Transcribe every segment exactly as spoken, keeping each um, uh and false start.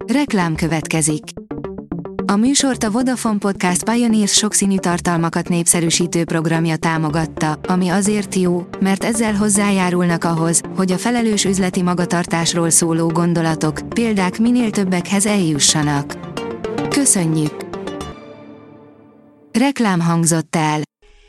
Reklám következik. A műsort a Vodafone Podcast Pioneers sokszínű tartalmakat népszerűsítő programja támogatta, ami azért jó, mert ezzel hozzájárulnak ahhoz, hogy a felelős üzleti magatartásról szóló gondolatok, példák minél többekhez eljussanak. Köszönjük! Reklám hangzott el.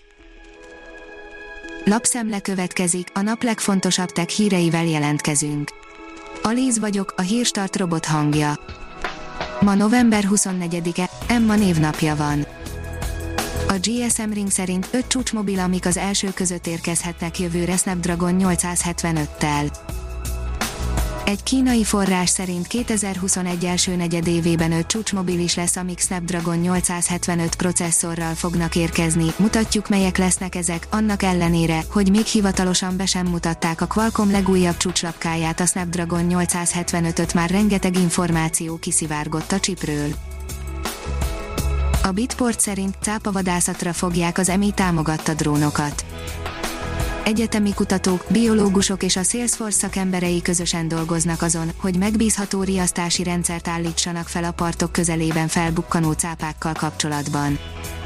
Lapszemle következik, a nap legfontosabb tech híreivel jelentkezünk. Alíz vagyok, a Hírstart robot hangja. Ma november huszonnegyedike, Emma névnapja van. A gé es em Ring szerint öt csúcsmobil, amik az első között érkezhetnek jövőre Snapdragon nyolcszázhetvenöttel. Egy kínai forrás szerint kétezer-huszonegy első negyedévében öt csúcsmobil is lesz, amik Snapdragon nyolcszázhetvenöt processzorral fognak érkezni, mutatjuk melyek lesznek ezek, annak ellenére, hogy még hivatalosan be sem mutatták a Qualcomm legújabb csúcslapkáját, a Snapdragon nyolcszázhetvenötöt már rengeteg információ kiszivárgott a chipről. A Bitport szerint cápavadászatra fogják az em i támogatta drónokat. Egyetemi kutatók, biológusok és a Salesforce szakemberei közösen dolgoznak azon, hogy megbízható riasztási rendszert állítsanak fel a partok közelében felbukkanó cápákkal kapcsolatban.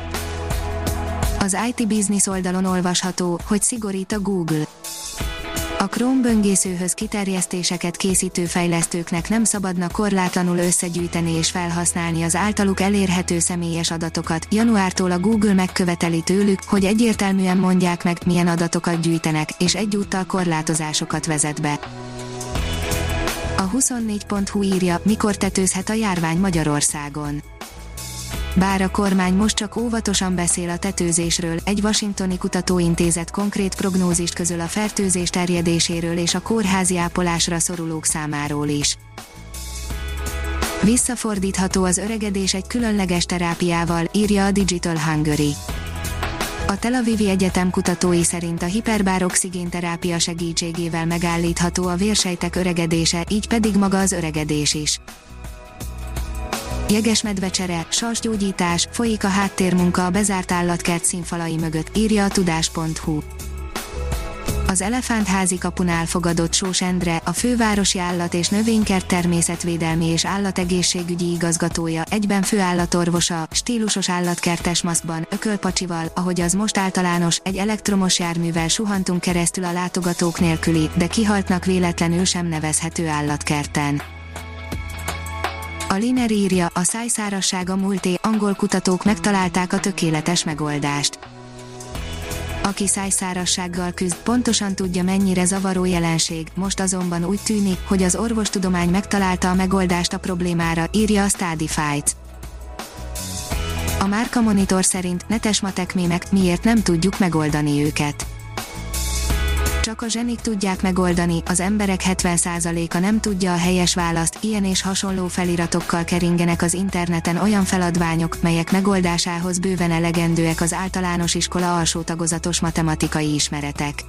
Az i té Business oldalon olvasható, hogy szigorít a Google. A Chrome böngészőhöz kiterjesztéseket készítő fejlesztőknek nem szabadna korlátlanul összegyűjteni és felhasználni az általuk elérhető személyes adatokat. Januártól a Google megköveteli tőlük, hogy egyértelműen mondják meg, milyen adatokat gyűjtenek, és egyúttal korlátozásokat vezet be. A huszonnégy pont hu írja, mikor tetőzhet a járvány Magyarországon. Bár a kormány most csak óvatosan beszél a tetőzésről, egy washingtoni kutatóintézet konkrét prognózist közöl a fertőzés terjedéséről és a kórházi ápolásra szorulók számáról is. Visszafordítható az öregedés egy különleges terápiával, írja a Digital Hungary. A Tel Avivi Egyetem kutatói szerint a hiperbár oxigénterápia segítségével megállítható a vérsejtek öregedése, így pedig maga az öregedés is. Jegesmedvecsere, sarsgyógyítás, folyik a háttérmunka a bezárt állatkert színfalai mögött, írja a tudás pont hu. Az Elefántházi kapunál fogadott Sós Endre, a fővárosi állat- és növénykert természetvédelmi és állategészségügyi igazgatója, egyben főállatorvosa, stílusos állatkertes maszkban, ökölpacsival, ahogy az most általános, egy elektromos járművel suhantunk keresztül a látogatók nélküli, de kihaltnak véletlenül sem nevezhető állatkerten. A Liner írja, a szájszárasság a múlté, angol kutatók megtalálták a tökéletes megoldást. Aki szájszárassággal küzd, pontosan tudja, mennyire zavaró jelenség, most azonban úgy tűnik, hogy az orvostudomány megtalálta a megoldást a problémára, írja a Stadify. A Márka Monitor szerint netes matek mémek, miért nem tudjuk megoldani őket. Csak a zsenik tudják megoldani, az emberek hetven százaléka nem tudja a helyes választ, ilyen és hasonló feliratokkal keringenek az interneten olyan feladványok, melyek megoldásához bőven elegendőek az általános iskola alsó tagozatos matematikai ismeretek.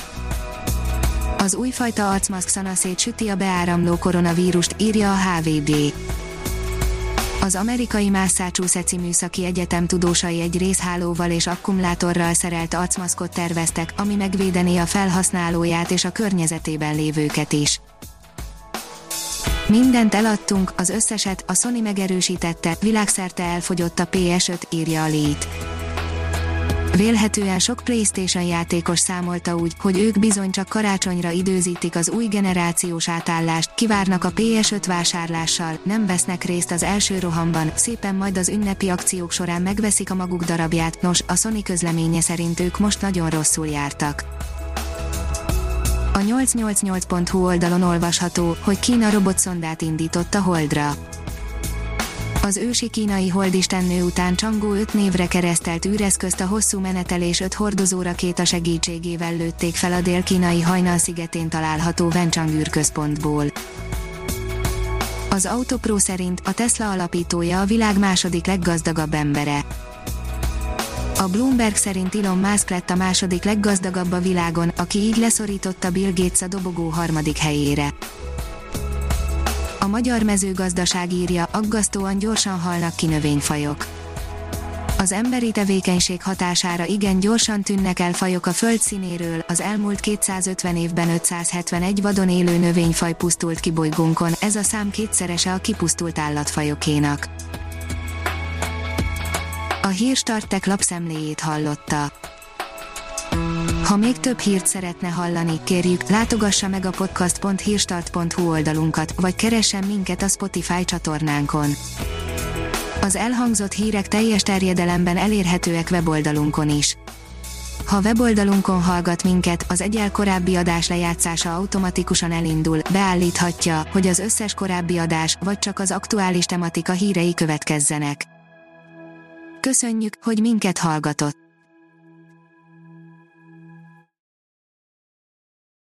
Az újfajta arcmaszk szanaszét süti a beáramló koronavírust, írja a há vé dé. Az amerikai Massachusetts műszaki egyetem tudósai egy rézhálóval és akkumulátorral szerelt arcmaszkot terveztek, ami megvédené a felhasználóját és a környezetében lévőket is. Mindent eladtunk, az összeset, a Sony megerősítette, világszerte elfogyott a pé es öt, írja a Lét. Vélhetően sok PlayStation játékos számolta úgy, hogy ők bizony csak karácsonyra időzítik az új generációs átállást, kivárnak a pé es öt vásárlással, nem vesznek részt az első rohamban, szépen majd az ünnepi akciók során megveszik a maguk darabját, nos, a Sony közleménye szerint ők most nagyon rosszul jártak. A nyolcszáznyolcvannyolc pont hu oldalon olvasható, hogy Kína robotszondát indított a Holdra. Az ősi kínai holdistennő után Chang'e öt névre keresztelt űreszközt a hosszú menetelés öt hordozó rakéta segítségével lőtték fel a dél-kínai Hainan szigetén található Wenchang űrközpontból. Az Autopro szerint a Tesla alapítója a világ második leggazdagabb embere. A Bloomberg szerint Elon Musk lett a második leggazdagabb a világon, aki így leszorította Bill Gates a dobogó harmadik helyére. A Magyar Mezőgazdaság írja, aggasztóan gyorsan halnak ki növényfajok. Az emberi tevékenység hatására igen gyorsan tűnnek el fajok a Föld színéről, az elmúlt kétszázötven évben ötszázhetvenegy vadon élő növényfaj pusztult ki bolygónkon, ez a szám kétszerese a kipusztult állatfajokénak. A Hírstart Tech lapszemléjét hallotta. Ha még több hírt szeretne hallani, kérjük, látogassa meg a podcast pont hírstart pont hu oldalunkat, vagy keressen minket a Spotify csatornánkon. Az elhangzott hírek teljes terjedelemben elérhetőek weboldalunkon is. Ha weboldalunkon hallgat minket, az egyel korábbi adás lejátszása automatikusan elindul, beállíthatja, hogy az összes korábbi adás, vagy csak az aktuális tematika hírei következzenek. Köszönjük, hogy minket hallgatott!